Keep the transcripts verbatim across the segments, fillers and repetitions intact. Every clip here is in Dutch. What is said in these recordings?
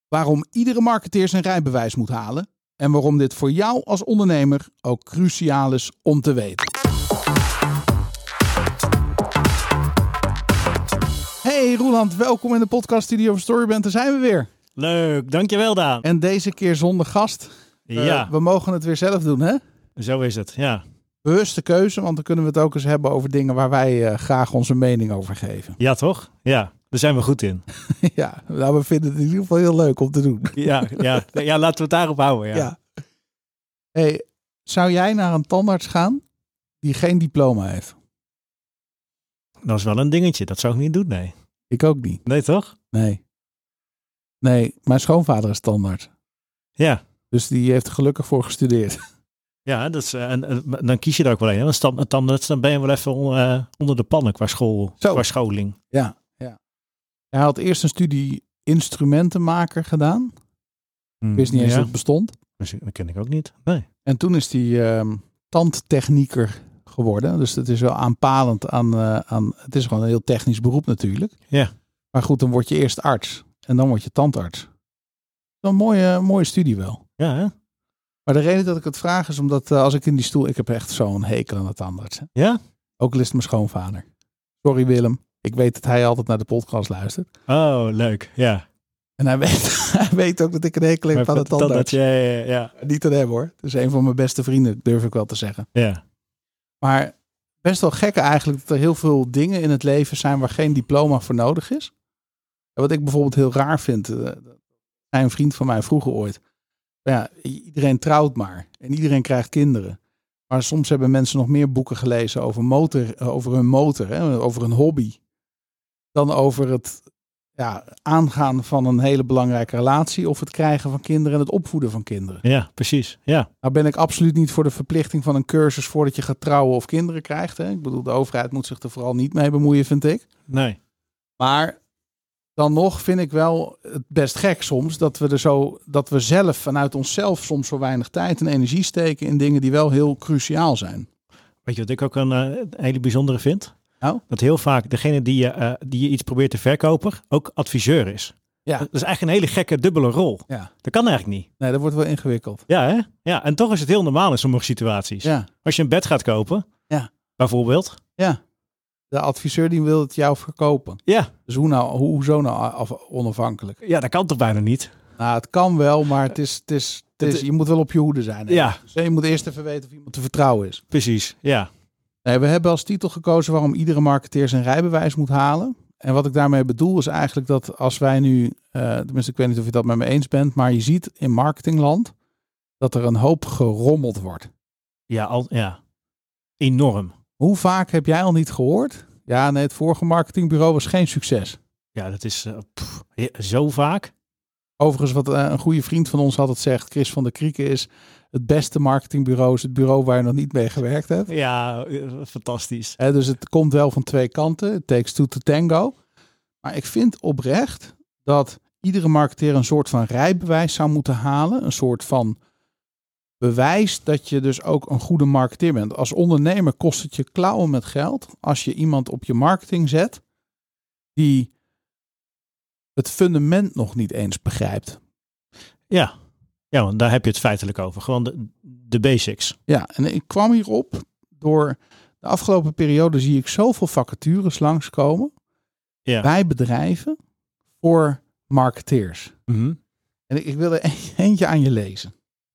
Waarom iedere marketeer zijn rijbewijs moet halen. En waarom dit voor jou als ondernemer ook cruciaal is om te weten. Hey Roeland, welkom in de podcaststudio van Storyband. Daar zijn we weer. Leuk, dankjewel Daan. En deze keer zonder gast. Ja. Uh, we mogen het weer zelf doen, hè? Zo is het, ja. Bewuste keuze, want dan kunnen we het ook eens hebben over dingen waar wij uh, graag onze mening over geven. Ja, toch? Ja, daar zijn we goed in. Ja, nou, we vinden het in ieder geval heel leuk om te doen. Ja, ja. ja laten we het daarop houden. Ja. Ja. Hey, zou jij naar een tandarts gaan die geen diploma heeft? Dat is wel een dingetje, dat zou ik niet doen, nee. Ik ook niet. Nee, toch? Nee. Nee, mijn schoonvader is tandarts. Ja. Dus die heeft er gelukkig voor gestudeerd. Ja, dat is, en, en dan kies je er ook wel een. Een tandarts, dan ben je wel even uh, onder de pannen qua, school, qua scholing. Ja, ja. Hij had eerst een studie instrumentenmaker gedaan. Ik wist niet eens ja. dat het bestond. Dat ken ik ook niet. Nee. En toen is hij uh, tandtechnieker geworden. Dus dat is wel aanpalend aan, uh, aan... Het is gewoon een heel technisch beroep natuurlijk. Ja. Maar goed, dan word je eerst arts. En dan word je tandarts. Een mooie, mooie studie wel. Ja, hè? Maar de reden dat ik het vraag is omdat uh, als ik in die stoel... Ik heb echt zo'n hekel aan de tandarts. Hè? Ja? Ook al is het mijn schoonvader. Sorry Willem. Ik weet dat hij altijd naar de podcast luistert. Oh, leuk. Ja. En hij weet, hij weet ook dat ik een hekel heb aan de tandarts. tandarts. Ja, ja, ja. Niet aan hem hoor. Het is een van mijn beste vrienden, durf ik wel te zeggen. Ja. Maar best wel gek eigenlijk dat er heel veel dingen in het leven zijn waar geen diploma voor nodig is. En wat ik bijvoorbeeld heel raar vind... Uh, een vriend van mij vroeger ooit... Ja, iedereen trouwt maar. En iedereen krijgt kinderen. Maar soms hebben mensen nog meer boeken gelezen over, motor, over hun motor, hè, over een hobby. Dan over het ja, aangaan van een hele belangrijke relatie. Of het krijgen van kinderen en het opvoeden van kinderen. Ja, precies. Ja. Nou ben ik absoluut niet voor de verplichting van een cursus voordat je gaat trouwen of kinderen krijgt. Hè. Ik bedoel, de overheid moet zich er vooral niet mee bemoeien, vind ik. Nee. Maar... Dan nog vind ik wel het best gek soms dat we er zo dat we zelf vanuit onszelf soms zo weinig tijd en energie steken in dingen die wel heel cruciaal zijn. Weet je wat ik ook een, uh, een hele bijzondere vind? Nou? Dat heel vaak degene die je, uh, die je iets probeert te verkopen ook adviseur is. Ja. Dat is eigenlijk een hele gekke dubbele rol. Ja. Dat kan eigenlijk niet. Nee, dat wordt wel ingewikkeld. Ja, hè? Ja, en toch is het heel normaal in sommige situaties. Ja. Als je een bed gaat kopen, ja. bijvoorbeeld. Ja. De adviseur die wil het jou verkopen. Ja. Dus hoe nou, hoe, hoezo nou af, onafhankelijk? Ja, dat kan toch bijna niet? Nou, het kan wel, maar het is, het is, het is, je moet wel op je hoede zijn. Hè? Ja. Dus je moet eerst even weten of iemand te vertrouwen is. Precies, ja. Nee, we hebben als titel gekozen waarom iedere marketeer zijn rijbewijs moet halen. En wat ik daarmee bedoel is eigenlijk dat als wij nu, uh, tenminste ik weet niet of je dat met me eens bent, maar je ziet in marketingland dat er een hoop gerommeld wordt. Ja, al, ja. Enorm. Hoe vaak heb jij al niet gehoord? Ja, nee, het vorige marketingbureau was geen succes. Ja, dat is uh, pff, zo vaak. Overigens, wat uh, een goede vriend van ons altijd zegt, Chris van der Krieken, is het beste marketingbureau is het bureau waar je nog niet mee gewerkt hebt. Ja, fantastisch. He, dus het komt wel van twee kanten. It takes two to tango. Maar ik vind oprecht dat iedere marketeer een soort van rijbewijs zou moeten halen. Een soort van bewijs dat je dus ook een goede marketeer bent. Als ondernemer kost het je klauwen met geld als je iemand op je marketing zet die het fundament nog niet eens begrijpt. Ja, ja, want daar heb je het feitelijk over. Gewoon de, de basics. Ja, en ik kwam hierop door de afgelopen periode zie ik zoveel vacatures langskomen ja. bij bedrijven voor marketeers. Mm-hmm. En ik, ik wil er eentje aan je lezen.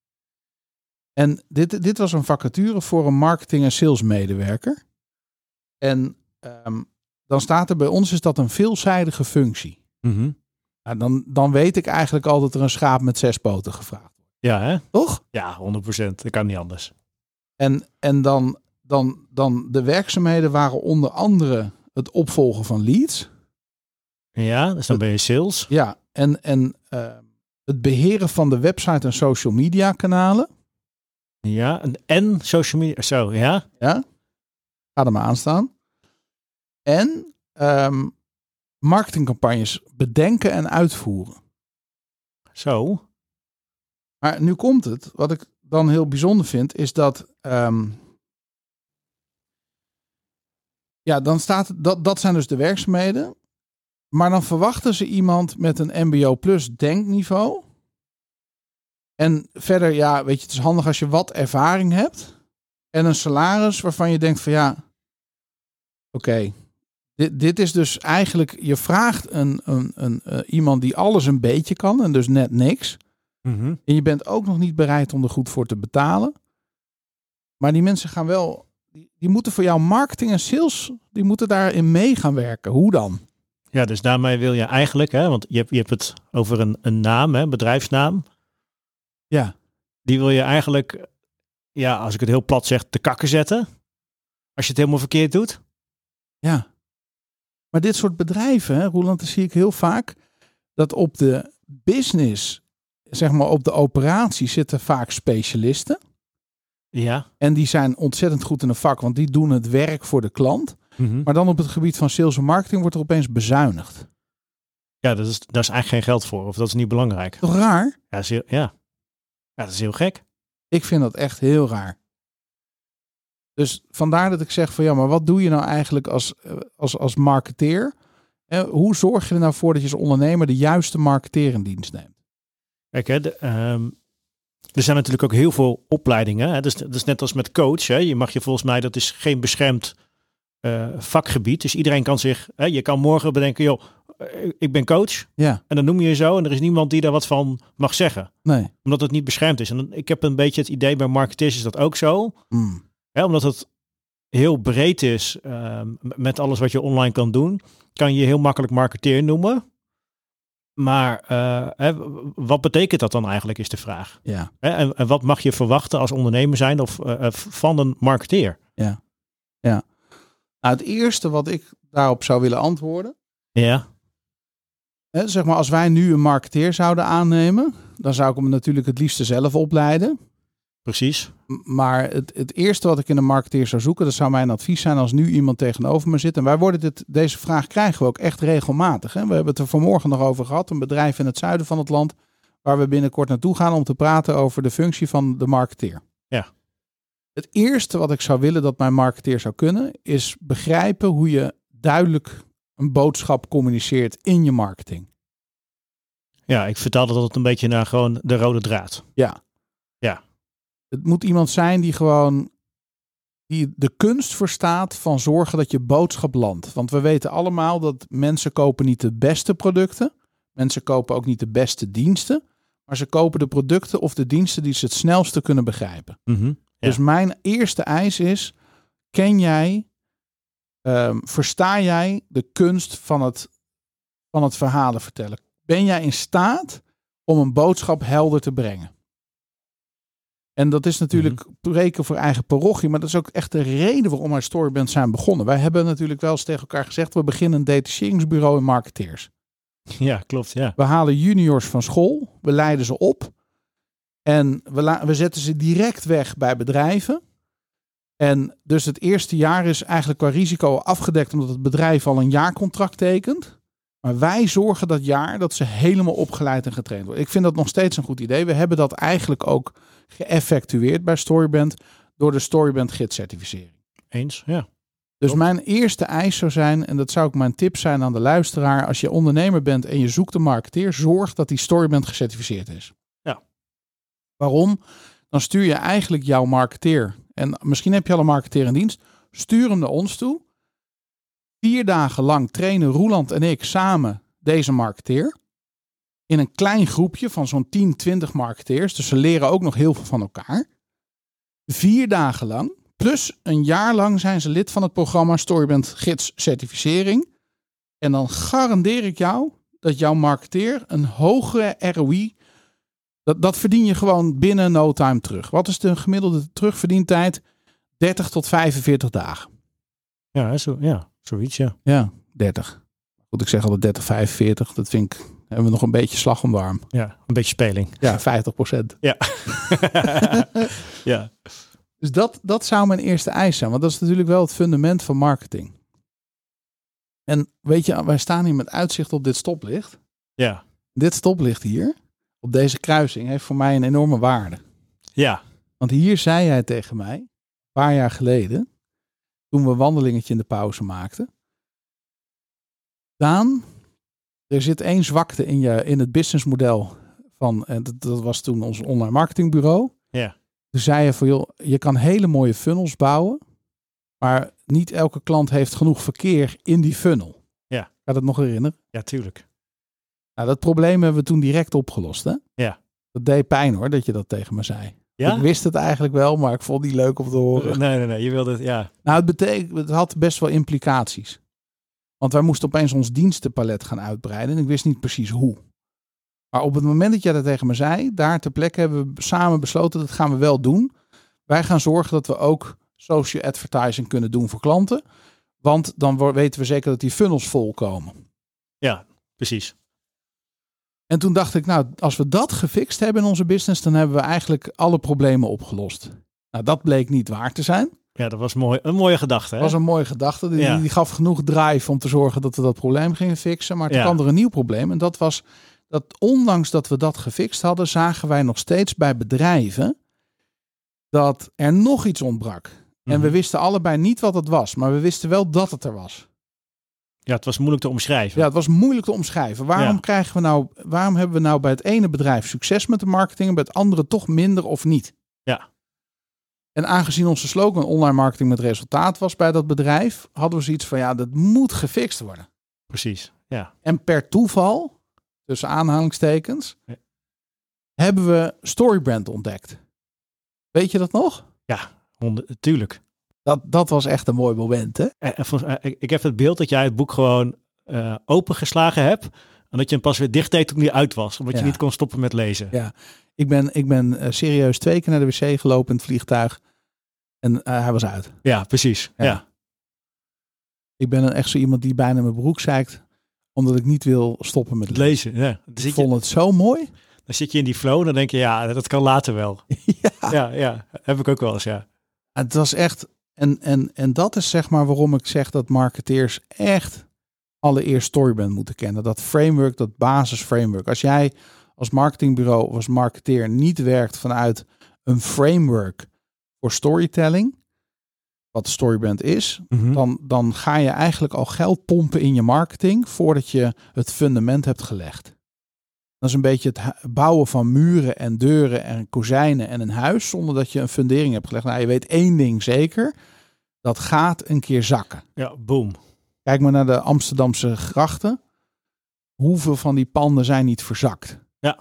En dit, dit was een vacature voor een marketing- en salesmedewerker. En um, dan staat er bij ons is dat een veelzijdige functie. Mm-hmm. Nou, dan, dan weet ik eigenlijk al dat er een schaap met zes poten gevraagd wordt. Ja, hè? Toch? Ja, honderd procent. Dat kan niet anders. En, en dan, dan, dan de werkzaamheden waren onder andere het opvolgen van leads. Ja, dus dan ben je sales. Ja, en, en uh, het beheren van de website en social media kanalen. Ja, en, en social media. Zo, ja. Ja, ga er maar aan staan. En um, marketingcampagnes bedenken en uitvoeren. Zo. Maar nu komt het. Wat ik dan heel bijzonder vind, is dat... Um, ja, dan staat... Dat, dat zijn dus de werkzaamheden. Maar dan verwachten ze iemand met een M B O plus denkniveau. En verder, ja, weet je, het is handig als je wat ervaring hebt. En een salaris waarvan je denkt van ja, oké, okay, dit, dit is dus eigenlijk, je vraagt een, een, een, uh, iemand die alles een beetje kan en dus net niks. Mm-hmm. En je bent ook nog niet bereid om er goed voor te betalen. Maar die mensen gaan wel, die, die moeten voor jou marketing en sales, die moeten daarin mee gaan werken. Hoe dan? Ja, dus daarmee wil je eigenlijk, hè, want je hebt, je hebt het over een, een naam, hè, bedrijfsnaam. Ja. Die wil je eigenlijk, ja, als ik het heel plat zeg, te kakken zetten. Als je het helemaal verkeerd doet. Ja. Maar dit soort bedrijven, hè, Roeland, dat zie ik heel vaak, dat op de business, zeg maar op de operatie zitten vaak specialisten. Ja. En die zijn ontzettend goed in een vak, want die doen het werk voor de klant. Mm-hmm. Maar dan op het gebied van sales en marketing wordt er opeens bezuinigd. Ja, dat is, daar is eigenlijk geen geld voor. Of dat is niet belangrijk. Toch raar? Ja, dat is heel, ja. ja, dat is heel gek. Ik vind dat echt heel raar. Dus vandaar dat ik zeg van ja, maar wat doe je nou eigenlijk als, als, als marketeer? En hoe zorg je er nou voor dat je als ondernemer de juiste marketeer in dienst neemt? Kijk, hè, de, um, er zijn natuurlijk ook heel veel opleidingen. Hè. Dus, dat is net als met coach. Hè. Je mag je volgens mij, dat is geen beschermd uh, vakgebied. Dus iedereen kan zich, hè, je kan morgen bedenken, joh, ik ben coach. Ja. En dan noem je je zo en er is niemand die daar wat van mag zeggen. Nee. Omdat het niet beschermd is. En dan, ik heb een beetje het idee, bij marketeers is dat ook zo. Mm. Hè, omdat het heel breed is uh, met alles wat je online kan doen, kan je je heel makkelijk marketeer noemen. Maar uh, hè, wat betekent dat dan eigenlijk, is de vraag. Ja. Hè, en, en wat mag je verwachten als ondernemer zijn of uh, van een marketeer? Ja. Ja. Nou, het eerste wat ik daarop zou willen antwoorden. Ja. Hè, zeg maar, als wij nu een marketeer zouden aannemen, dan zou ik hem natuurlijk het liefste zelf opleiden. Precies. Maar het, het eerste wat ik in een marketeer zou zoeken, dat zou mijn advies zijn als nu iemand tegenover me zit. En wij worden dit, deze vraag krijgen we ook echt regelmatig. Hè? We hebben het er vanmorgen nog over gehad. Een bedrijf in het zuiden van het land, waar we binnenkort naartoe gaan om te praten over de functie van de marketeer. Ja. Het eerste wat ik zou willen dat mijn marketeer zou kunnen, is begrijpen hoe je duidelijk een boodschap communiceert in je marketing. Ja, ik vertaalde dat een beetje naar gewoon de rode draad. Ja. Ja. Het moet iemand zijn die gewoon die de kunst verstaat van zorgen dat je boodschap landt. Want we weten allemaal dat mensen kopen niet de beste producten. Mensen kopen ook niet de beste diensten. Maar ze kopen de producten of de diensten die ze het snelste kunnen begrijpen. Mm-hmm. Ja. Dus mijn eerste eis is, ken jij, um, versta jij de kunst van het, van het verhalen vertellen? Ben jij in staat om een boodschap helder te brengen? En dat is natuurlijk mm-hmm. preken voor eigen parochie, maar dat is ook echt de reden waarom wij Storyband zijn begonnen. Wij hebben natuurlijk wel eens tegen elkaar gezegd, we beginnen een detacheringsbureau en marketeers. Ja, klopt, ja. We halen juniors van school, we leiden ze op en we, la- we zetten ze direct weg bij bedrijven. En dus het eerste jaar is eigenlijk qua risico afgedekt omdat het bedrijf al een jaarcontract tekent. Maar wij zorgen dat jaar dat ze helemaal opgeleid en getraind worden. Ik vind dat nog steeds een goed idee. We hebben dat eigenlijk ook geëffectueerd bij Storyband door de Storyband gidscertificering. Eens, ja. Dus mijn eerste eis zou zijn, en dat zou ook mijn tip zijn aan de luisteraar, als je ondernemer bent en je zoekt een marketeer, zorg dat die Storyband gecertificeerd is. Ja. Waarom? Dan stuur je eigenlijk jouw marketeer, en misschien heb je al een marketeer in dienst, stuur hem naar ons toe. Vier dagen lang trainen Roeland en ik samen deze marketeer. In een klein groepje van zo'n tien, twintig marketeers. Dus ze leren ook nog heel veel van elkaar. Vier dagen lang. Plus een jaar lang zijn ze lid van het programma Storyband Gids Certificering. En dan garandeer ik jou dat jouw marketeer een hogere R O I... Dat, dat verdien je gewoon binnen no time terug. Wat is de gemiddelde terugverdientijd? dertig tot vijfenveertig dagen. Ja, zo, ja zoiets, ja. Ja, dertig. Goed, ik zeg altijd dertig, vijfenveertig. Dat vind ik... Hebben we nog een beetje slag om de arm. Ja, een beetje speling. Ja, vijftig procent. Ja. Ja. Dus dat, dat zou mijn eerste eis zijn. Want dat is natuurlijk wel het fundament van marketing. En weet je, wij staan hier met uitzicht op dit stoplicht. Ja. Dit stoplicht hier, op deze kruising, heeft voor mij een enorme waarde. Ja. Want hier zei jij tegen mij, een paar jaar geleden, toen we een wandelingetje in de pauze maakten. Daan, er zit één zwakte in, je, in het businessmodel van, en dat, dat was toen ons online marketingbureau. Ja. Toen zei je van, joh, je kan hele mooie funnels bouwen, maar niet elke klant heeft genoeg verkeer in die funnel. Ja. Kan je dat nog herinneren? Ja, tuurlijk. Nou, dat probleem hebben we toen direct opgelost, hè? Ja. Dat deed pijn hoor, dat je dat tegen me zei. Ja? Ik wist het eigenlijk wel, maar ik vond het niet leuk om te horen. Nee, nee, nee. Je wilde het, ja. Nou, het betekent, het had best wel implicaties. Want wij moesten opeens ons dienstenpalet gaan uitbreiden en ik wist niet precies hoe. Maar op het moment dat jij dat tegen me zei, daar ter plekke hebben we samen besloten, dat gaan we wel doen. Wij gaan zorgen dat we ook social advertising kunnen doen voor klanten. Want dan weten we zeker dat die funnels vol komen. Ja, precies. En toen dacht ik, nou, als we dat gefixt hebben in onze business, dan hebben we eigenlijk alle problemen opgelost. Nou, dat bleek niet waar te zijn. Ja, dat was mooi, een mooie gedachte. Hè? Dat was een mooie gedachte. Die, Ja. die gaf genoeg drive om te zorgen dat we dat probleem gingen fixen. Maar toen Ja. kwam er een nieuw probleem. En dat was dat ondanks dat we dat gefixt hadden, zagen wij nog steeds bij bedrijven dat er nog iets ontbrak. En Mhm. we wisten allebei niet wat het was, maar we wisten wel dat het er was. Ja, het was moeilijk te omschrijven. Ja, het was moeilijk te omschrijven. Waarom Ja. krijgen we nou, waarom hebben we nou bij het ene bedrijf succes met de marketing en bij het andere toch minder of niet? Ja. En aangezien onze slogan online marketing met resultaat was bij dat bedrijf, hadden we zoiets van, ja, dat moet gefixt worden. Precies, ja. En per toeval, tussen aanhalingstekens, Ja. hebben we Storybrand ontdekt. Weet je dat nog? Ja, honderd, tuurlijk. Dat, dat was echt een mooi moment, hè? En, en volgens- ik, ik heb het beeld dat jij het boek gewoon uh, opengeslagen hebt. En dat je hem pas weer dicht deed toen hij uit was. Omdat Ja. je niet kon stoppen met lezen. Ja, ik ben, ik ben uh, serieus twee keer naar de wc gelopen in het vliegtuig. En uh, hij was uit. Ja, precies. Ja. Ja. Ik ben echt zo iemand die bijna mijn broek zeikt, omdat ik niet wil stoppen met lezen. Lezen, ja. Dan Ik zit, vond je, het zo mooi. dan zit je in die flow en dan denk je, ja, dat kan later wel. Ja. Ja, ja. Heb ik ook wel eens, ja. Het was echt, en, en, en dat is zeg maar waarom ik zeg dat marketeers echt allereerst Storybrand moeten kennen. Dat framework, dat basisframework. Als jij als marketingbureau of als marketeer niet werkt vanuit een framework voor storytelling, wat Storybrand is, Mhm. dan, dan ga je eigenlijk al geld pompen in je marketing voordat je het fundament hebt gelegd. Dat is een beetje het hu- bouwen van muren en deuren en kozijnen en een huis zonder dat je een fundering hebt gelegd. Nou, je weet één ding zeker, dat gaat een keer zakken. Ja, boom. Kijk maar naar de Amsterdamse grachten. Hoeveel van die panden zijn niet verzakt? Ja.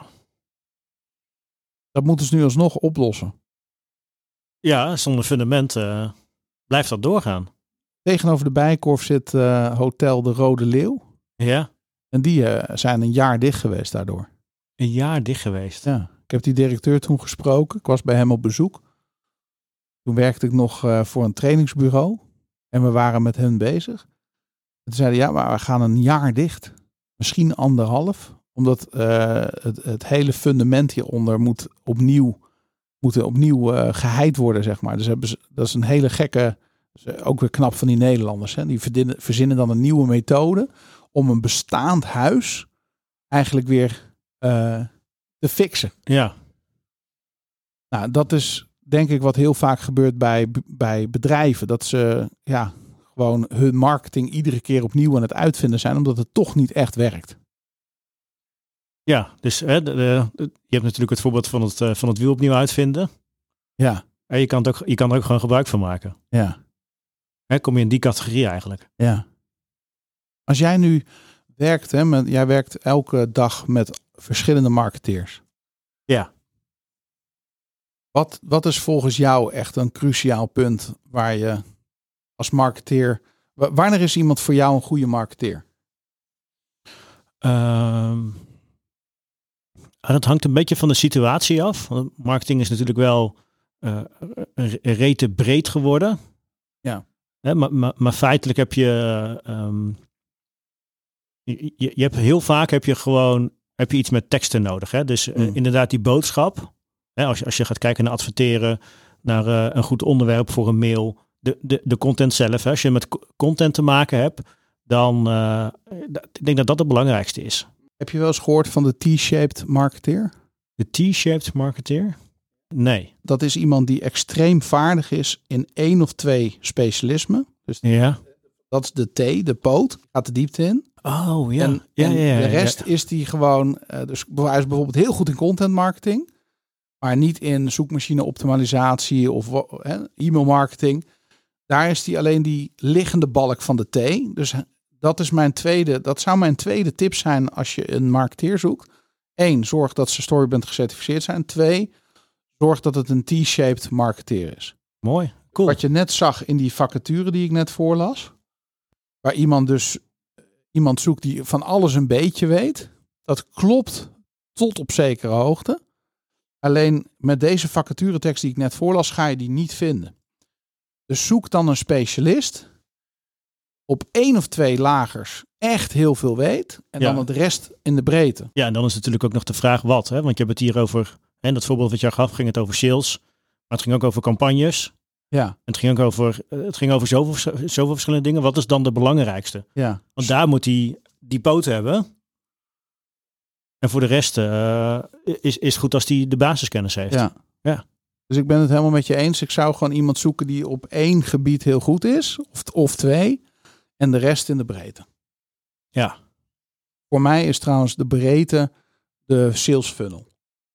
Dat moeten ze nu alsnog oplossen. Ja, zonder fundament uh, blijft dat doorgaan. Tegenover de Bijenkorf zit uh, Hotel de Rode Leeuw. Ja. En die uh, zijn een jaar dicht geweest daardoor. Een jaar dicht geweest. Ja. Ik heb die directeur toen gesproken. Ik was bij hem op bezoek. Toen werkte ik nog uh, voor een trainingsbureau. En we waren met hen bezig. En toen zeiden ja, maar we gaan een jaar dicht. Misschien anderhalf. Omdat uh, het, het hele fundament hieronder moet opnieuw, moet opnieuw uh, geheid worden, zeg maar. Dus hebben ze, dat is een hele gekke, ook weer knap van die Nederlanders. Hè? Die verzinnen, verzinnen dan een nieuwe methode om een bestaand huis eigenlijk weer uh, te fixen. Ja. Nou, dat is denk ik wat heel vaak gebeurt bij, bij bedrijven. Dat ze ja, gewoon hun marketing iedere keer opnieuw aan het uitvinden zijn, omdat het toch niet echt werkt. Ja, dus hè, de, de, de, je hebt natuurlijk het voorbeeld van het, uh, van het wiel opnieuw uitvinden. Ja. En je kan, het ook, je kan er ook gewoon gebruik van maken. Ja. Hè, kom je in die categorie eigenlijk. Ja. Als jij nu werkt, hè, met, jij werkt elke dag met verschillende marketeers. Ja. Wat, wat is volgens jou echt een cruciaal punt waar je als marketeer, wanneer is iemand voor jou een goede marketeer? Um, dat hangt een beetje van de situatie af. Marketing is natuurlijk wel uh, rete breed geworden. Ja. Hè, maar, maar, maar feitelijk heb je, um, je, je, je hebt heel vaak heb je gewoon heb je iets met teksten nodig. Hè? Dus uh, mm. inderdaad die boodschap. Hè, als, je, als je gaat kijken naar adverteren, naar uh, een goed onderwerp voor een mail, de, de, de content zelf. Hè? Als je met content te maken hebt, dan uh, ik denk dat dat het belangrijkste is. Heb je wel eens gehoord van de T-shaped marketeer? De T-shaped marketeer? Nee. Dat is iemand die extreem vaardig is in één of twee specialismen. Dus ja. Dat is de T, de poot, gaat de diepte in. Oh ja. En, ja, en ja, ja, de rest ja. is die gewoon... Uh, dus hij is bijvoorbeeld heel goed in content marketing. Maar niet in zoekmachine optimalisatie of uh, e-mail marketing. Daar is die alleen die liggende balk van de T. Dus dat is mijn tweede... Dat zou mijn tweede tip zijn als je een marketeer zoekt. Eén, zorg dat ze Storybrand gecertificeerd zijn. Twee, zorg dat het een T-shaped marketeer is. Mooi, cool. Wat je net zag in die vacature die ik net voorlas. Waar iemand dus iemand zoekt die van alles een beetje weet. Dat klopt tot op zekere hoogte. Alleen met deze vacaturetekst die ik net voorlas, ga je die niet vinden. Dus zoek dan een specialist. Op één of twee lagers echt heel veel weet. En ja. dan het rest in de breedte. Ja, en dan is natuurlijk ook nog de vraag wat. Hè? Want je hebt het hier over, en dat voorbeeld wat jij gaf, ging het over sales. Maar het ging ook over campagnes. Ja. Het ging ook over, het ging over zoveel, zoveel verschillende dingen. Wat is dan de belangrijkste? Ja. Want daar moet hij die poot hebben. En voor de rest uh, is is goed als hij de basiskennis heeft. Ja. ja. Dus ik ben het helemaal met je eens. Ik zou gewoon iemand zoeken die op één gebied heel goed is. Of, of twee. En de rest in de breedte. Ja. Voor mij is trouwens de breedte de sales funnel.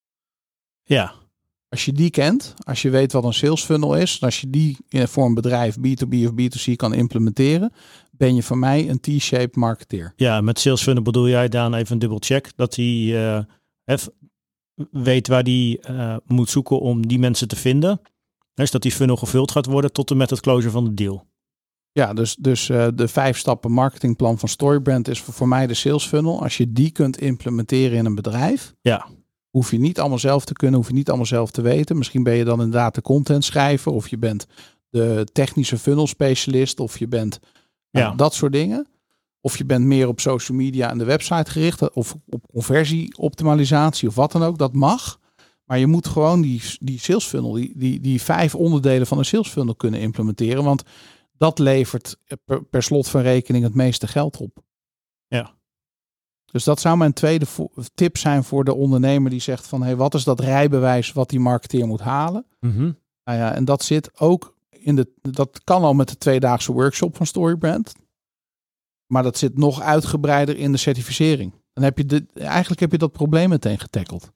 Ja. Als je die kent, als je weet wat een sales funnel is, als je die voor een bedrijf B twee B of B twee C kan implementeren, ben je voor mij een T-shaped marketeer. Ja, met sales funnel bedoel jij dan even een dubbel check dat hij uh, even weet waar hij uh, moet zoeken om die mensen te vinden. Dus dat die funnel gevuld gaat worden tot en met het closure van de deal. Ja, dus, dus uh, de vijf stappen marketingplan van Storybrand is voor, voor mij de sales funnel. Als je die kunt implementeren in een bedrijf, ja. hoef je niet allemaal zelf te kunnen, hoef je niet allemaal zelf te weten. Misschien ben je dan inderdaad de content schrijver, of je bent de technische funnel specialist, of je bent uh, ja. dat soort dingen. Of je bent meer op social media en de website gericht, of op conversieoptimalisatie of wat dan ook. Dat mag. Maar je moet gewoon die, die sales funnel, die, die, die vijf onderdelen van een sales funnel kunnen implementeren. Want dat levert per, per slot van rekening het meeste geld op. Ja. Dus dat zou mijn tweede vo- tip zijn voor de ondernemer die zegt van, hey, wat is dat rijbewijs wat die marketeer moet halen? Mm-hmm. Nou ja, en dat zit ook in de, dat kan al met de tweedaagse workshop van Storybrand. Maar dat zit nog uitgebreider in de certificering. Dan heb je de, eigenlijk heb je dat probleem meteen getackeld.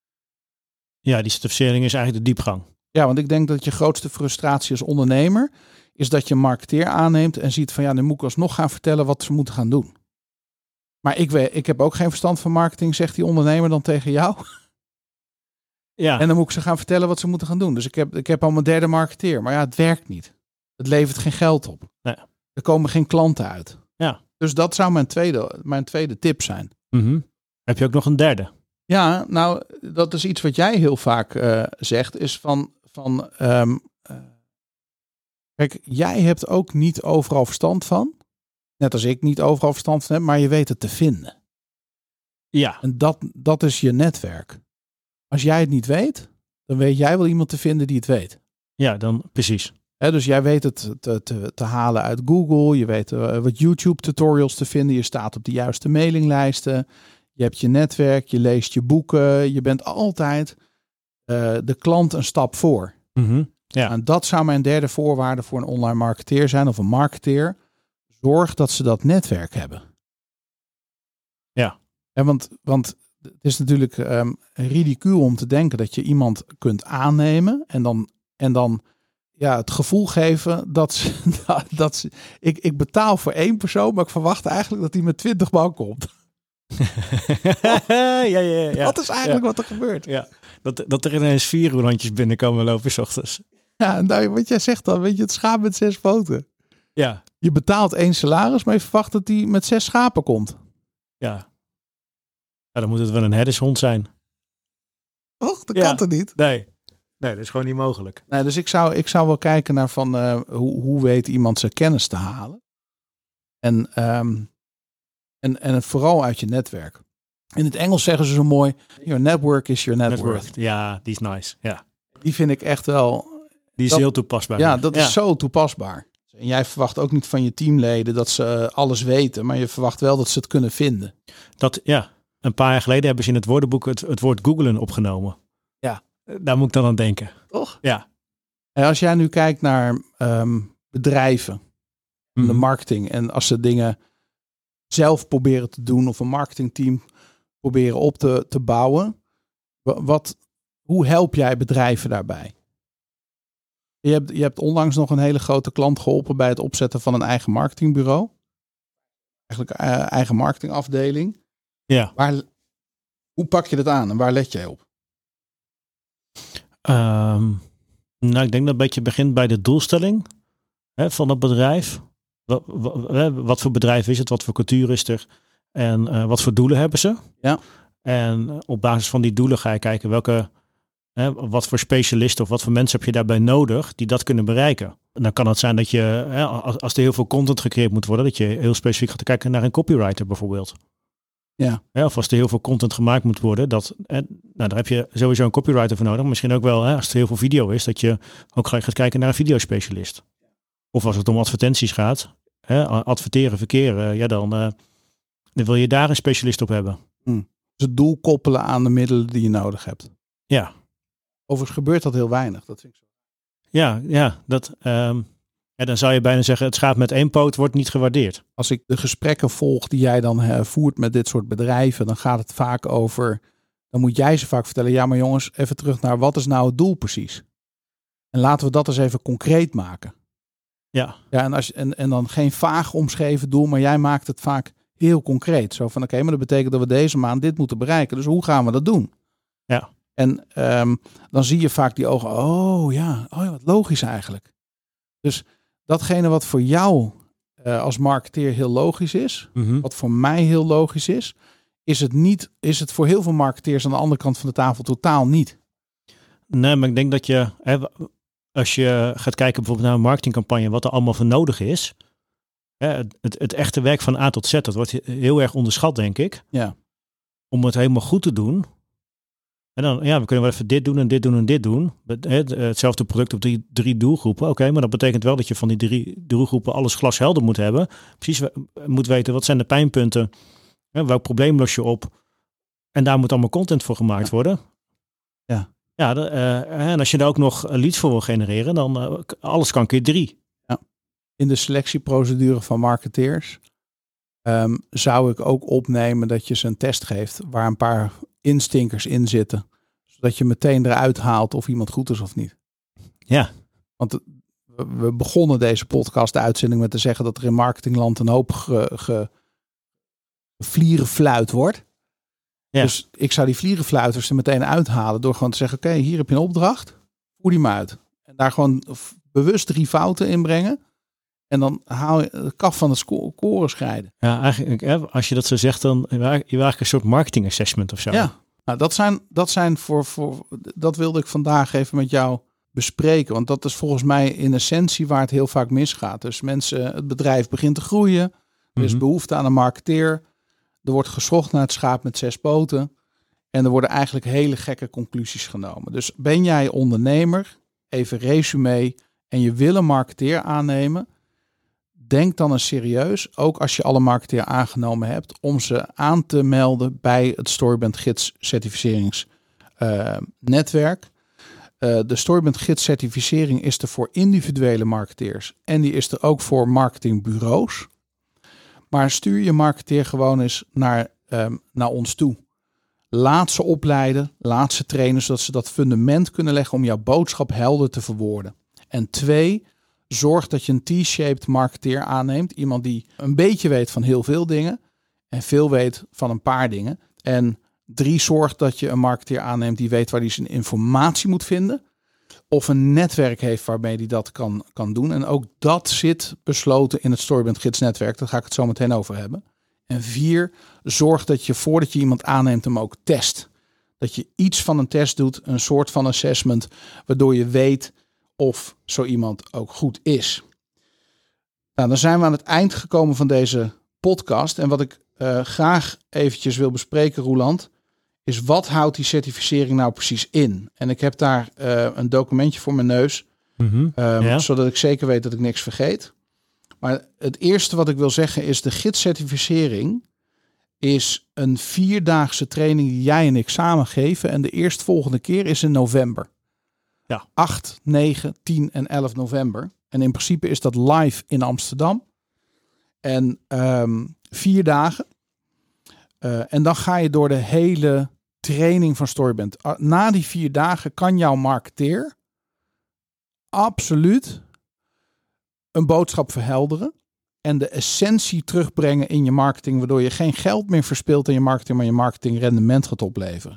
Ja, die certificering is eigenlijk de diepgang. Ja, want ik denk dat je grootste frustratie als ondernemer is dat je een marketeer aanneemt en ziet van ja, dan moet ik alsnog gaan vertellen wat ze moeten gaan doen. Maar ik, weet, ik heb ook geen verstand van marketing, zegt die ondernemer dan tegen jou. Ja. En dan moet ik ze gaan vertellen wat ze moeten gaan doen. Dus ik heb, ik heb al mijn derde marketeer. Maar ja, het werkt niet. Het levert geen geld op. Nee. Er komen geen klanten uit. Ja. Dus dat zou mijn tweede, mijn tweede tip zijn. Mm-hmm. Heb je ook nog een derde? Ja, nou, dat is iets wat jij heel vaak uh, zegt. Is van, van um, uh, kijk, jij hebt ook niet overal verstand van. Net als ik niet overal verstand van heb, maar je weet het te vinden. Ja. En dat, dat is je netwerk. Als jij het niet weet, dan weet jij wel iemand te vinden die het weet. Ja, dan precies. He, dus jij weet het te, te, te halen uit Google. Je weet uh, wat YouTube tutorials te vinden. Je staat op de juiste mailinglijsten. Je hebt je netwerk. Je leest je boeken. Je bent altijd uh, de klant een stap voor. Mm-hmm. Ja. En dat zou mijn derde voorwaarde voor een online marketeer zijn of een marketeer. Zorg dat ze dat netwerk hebben. Ja. En want, want het is natuurlijk um, ridicuul om te denken dat je iemand kunt aannemen en dan, en dan ja, het gevoel geven dat ze, dat ze ik, ik betaal voor één persoon, maar ik verwacht eigenlijk dat hij met twintig man komt. ja, ja, ja, ja. Dat is eigenlijk ja. wat er gebeurt. Ja. Dat, dat er ineens vier roelandjes binnenkomen lopen 's ochtends. Ja, nou, wat jij zegt dan, weet je, het schaap met zes poten. Ja. Je betaalt één salaris, maar je verwacht dat hij met zes schapen komt. Ja. Ja, dan moet het wel een herdeshond zijn. Och, dat ja. kan toch niet? Nee. Nee, dat is gewoon niet mogelijk. Nee, dus ik zou, ik zou wel kijken naar van uh, hoe, hoe weet iemand zijn kennis te halen. En, um, en, en het vooral uit je netwerk. In het Engels zeggen ze zo mooi, your network is your net, net worth. worth. Ja, die is nice. Ja. Die vind ik echt wel... Die is dat, heel toepasbaar. Ja, dat ja. is zo toepasbaar. En jij verwacht ook niet van je teamleden dat ze uh, alles weten, maar je verwacht wel dat ze het kunnen vinden. Dat, ja. Een paar jaar geleden hebben ze in het woordenboek het, het woord googlen opgenomen. Ja. Daar moet ik dan aan denken. Toch? Ja. En als jij nu kijkt naar um, bedrijven, mm-hmm. de marketing en als ze dingen zelf proberen te doen of een marketingteam proberen op te, te bouwen. Wat, hoe help jij bedrijven daarbij? Je hebt, je hebt onlangs nog een hele grote klant geholpen bij het opzetten van een eigen marketingbureau. Eigenlijk uh, eigen marketingafdeling. Ja. Waar, hoe pak je dat aan en waar let jij op? Um, nou, ik denk dat een beetje begint bij de doelstelling hè, van het bedrijf. Wat, wat, wat voor bedrijf is het? Wat voor cultuur is er? En uh, wat voor doelen hebben ze? Ja. En op basis van die doelen ga je kijken welke, hè, wat voor specialisten of wat voor mensen heb je daarbij nodig die dat kunnen bereiken. En dan kan het zijn dat je, hè, als, als er heel veel content gecreëerd moet worden, dat je heel specifiek gaat kijken naar een copywriter bijvoorbeeld. Ja. Ja, of als er heel veel content gemaakt moet worden, dat, hè, nou, daar heb je sowieso een copywriter voor nodig. Misschien ook wel, hè, als er heel veel video is, dat je ook gelijk gaat kijken naar een videospecialist. Of als het om advertenties gaat, hè, adverteren, verkeren, ja, dan, uh, dan wil je daar een specialist op hebben. Hmm. Dus het doel koppelen aan de middelen die je nodig hebt. Ja. Overigens gebeurt dat heel weinig. Dat vind ik zo. Ja, ja, dat, um, ja, dan zou je bijna zeggen, het schaap met één poot wordt niet gewaardeerd. Als ik de gesprekken volg die jij dan uh, voert met dit soort bedrijven, dan gaat het vaak over, dan moet jij ze vaak vertellen, ja maar jongens, even terug naar wat is nou het doel precies? En laten we dat eens even concreet maken. Ja. Ja, en, als, en, en dan geen vaag omschreven doel, maar jij maakt het vaak heel concreet. Zo van, oké, okay, maar dat betekent dat we deze maand dit moeten bereiken. Dus hoe gaan we dat doen? Ja. En um, dan zie je vaak die ogen, oh ja, oh ja, wat logisch eigenlijk. Dus datgene wat voor jou uh, als marketeer heel logisch is, Mm-hmm. wat voor mij heel logisch is, is het niet, is het voor heel veel marketeers aan de andere kant van de tafel totaal niet. Nee, maar ik denk dat je, hè, als je gaat kijken bijvoorbeeld naar een marketingcampagne, wat er allemaal voor nodig is, hè, het, het, het echte werk van A tot Z, dat wordt heel erg onderschat, denk ik. Ja. Om het helemaal goed te doen. En dan, ja, we kunnen wel even dit doen en dit doen en dit doen. Hetzelfde product op drie, drie doelgroepen. Oké, okay, maar dat betekent wel dat je van die drie doelgroepen alles glashelder moet hebben. Precies, moet weten wat zijn de pijnpunten. Hè, welk probleem los je op? En daar moet allemaal content voor gemaakt ja. worden. Ja. Ja, de, uh, en als je daar ook nog leads voor wil genereren, dan uh, alles kan keer drie. Ja. In de selectieprocedure van marketeers um, zou ik ook opnemen dat je ze een test geeft waar een paar instinkers in zitten. Zodat je meteen eruit haalt of iemand goed is of niet. Ja. Want we begonnen deze podcast uitzending met te zeggen dat er in marketingland een hoop ge, ge, vlierenfluit wordt. Ja. Dus ik zou die vlierenfluiters er meteen uithalen door gewoon te zeggen, oké, okay, hier heb je een opdracht, voer die maar uit. En daar gewoon bewust drie fouten in brengen. En dan haal je de kaf van het koren scheiden. Ja, eigenlijk, als je dat zo zegt, dan je eigenlijk een soort marketing assessment of zo. Ja, nou, dat zijn, dat zijn voor, voor, dat wilde ik vandaag even met jou bespreken. Want dat is volgens mij in essentie waar het heel vaak misgaat. Dus mensen, het bedrijf begint te groeien. Er is mm-hmm. behoefte aan een marketeer. Er wordt gezocht naar het schaap met zes poten. En er worden eigenlijk hele gekke conclusies genomen. Dus ben jij ondernemer, even resume, en je wil een marketeer aannemen, denk dan eens serieus, ook als je alle marketeer aangenomen hebt, om ze aan te melden bij het Storyband Gids certificeringsnetwerk. Uh, uh, de Storyband Gids certificering is er voor individuele marketeers en die is er ook voor marketingbureaus. Maar stuur je marketeer gewoon eens naar, um, naar ons toe. Laat ze opleiden, laat ze trainen, zodat ze dat fundament kunnen leggen om jouw boodschap helder te verwoorden. En twee, zorg dat je een T-shaped marketeer aanneemt. Iemand die een beetje weet van heel veel dingen en veel weet van een paar dingen. En drie, zorg dat je een marketeer aanneemt die weet waar hij zijn informatie moet vinden. Of een netwerk heeft waarmee hij dat kan, kan doen. En ook dat zit besloten in het Storyband Gids netwerk. Daar ga ik het zo meteen over hebben. En vier, zorg dat je voordat je iemand aanneemt hem ook test. Dat je iets van een test doet, een soort van assessment, waardoor je weet of zo iemand ook goed is. Nou, dan zijn we aan het eind gekomen van deze podcast. En wat ik uh, graag eventjes wil bespreken, Roeland, is wat houdt die certificering nou precies in? En ik heb daar uh, een documentje voor mijn neus, mm-hmm. um, ja. zodat ik zeker weet dat ik niks vergeet. Maar het eerste wat ik wil zeggen is, de gidscertificering is een vierdaagse training die jij en ik samen geven. En de eerstvolgende keer is in november. Ja. acht, negen, tien en elf november. En in principe is dat live in Amsterdam. En um, Vier dagen. Uh, en dan ga je door de hele training van Storyband. Uh, na die vier dagen kan jouw marketeer absoluut een boodschap verhelderen. En de essentie terugbrengen in je marketing. Waardoor je geen geld meer verspilt in je marketing. Maar je marketing rendement gaat opleveren.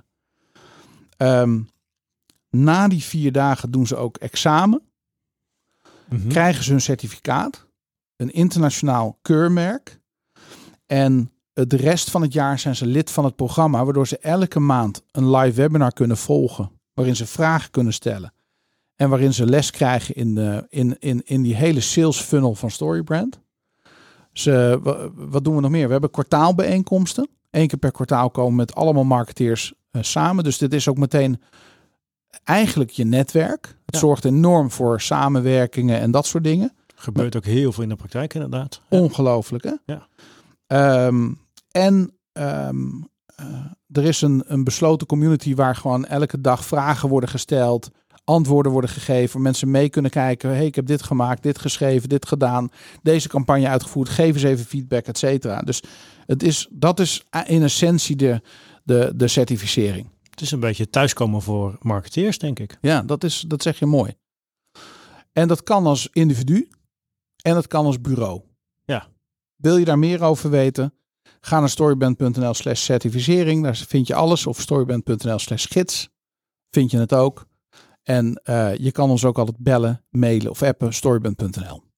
Um, na die vier dagen doen ze ook examen. Mm-hmm. Krijgen ze hun certificaat. Een internationaal keurmerk. En de rest van het jaar zijn ze lid van het programma. Waardoor ze elke maand een live webinar kunnen volgen. Waarin ze vragen kunnen stellen. En waarin ze les krijgen in, de, in, in, in die hele sales funnel van Storybrand. Ze, wat doen we nog meer? We hebben kwartaalbijeenkomsten. Eén keer per kwartaal komen met allemaal marketeers uh, samen. Dus dit is ook meteen eigenlijk je netwerk. Het ja. zorgt enorm voor samenwerkingen en dat soort dingen. Er gebeurt ook heel veel in de praktijk inderdaad. Ja. Ongelooflijk hè? Ja. Um, en um, uh, er is een, een besloten community waar gewoon elke dag vragen worden gesteld. Antwoorden worden gegeven. Waar mensen mee kunnen kijken. Hey, ik heb dit gemaakt, dit geschreven, dit gedaan. Deze campagne uitgevoerd. Geef eens even feedback, et cetera. Dus het is, dat is in essentie de, de, de certificering. Het is een beetje thuiskomen voor marketeers, denk ik. Ja, dat, is, dat zeg je mooi. En dat kan als individu. En dat kan als bureau. Ja. Wil je daar meer over weten? Ga naar storyband.nl slash certificering. Daar vind je alles. Of storyband.nl slash gids. Vind je het ook. En uh, je kan ons ook altijd bellen, mailen of appen. storyband punt n l.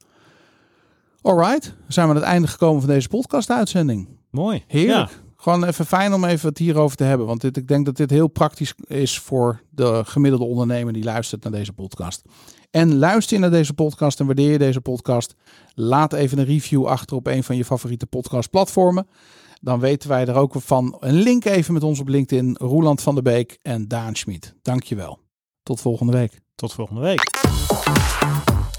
Alright. We zijn aan het einde gekomen van deze podcast-uitzending. Mooi. Heerlijk. Ja. Gewoon even fijn om even het hierover te hebben. Want dit, ik denk dat dit heel praktisch is voor de gemiddelde ondernemer die luistert naar deze podcast. En luister je naar deze podcast en waardeer je deze podcast. Laat even een review achter op een van je favoriete podcastplatformen. Dan weten wij er ook van. Een link even met ons op LinkedIn. Roeland van der Beek en Daan Schmid. Dankjewel. Tot volgende week. Tot volgende week.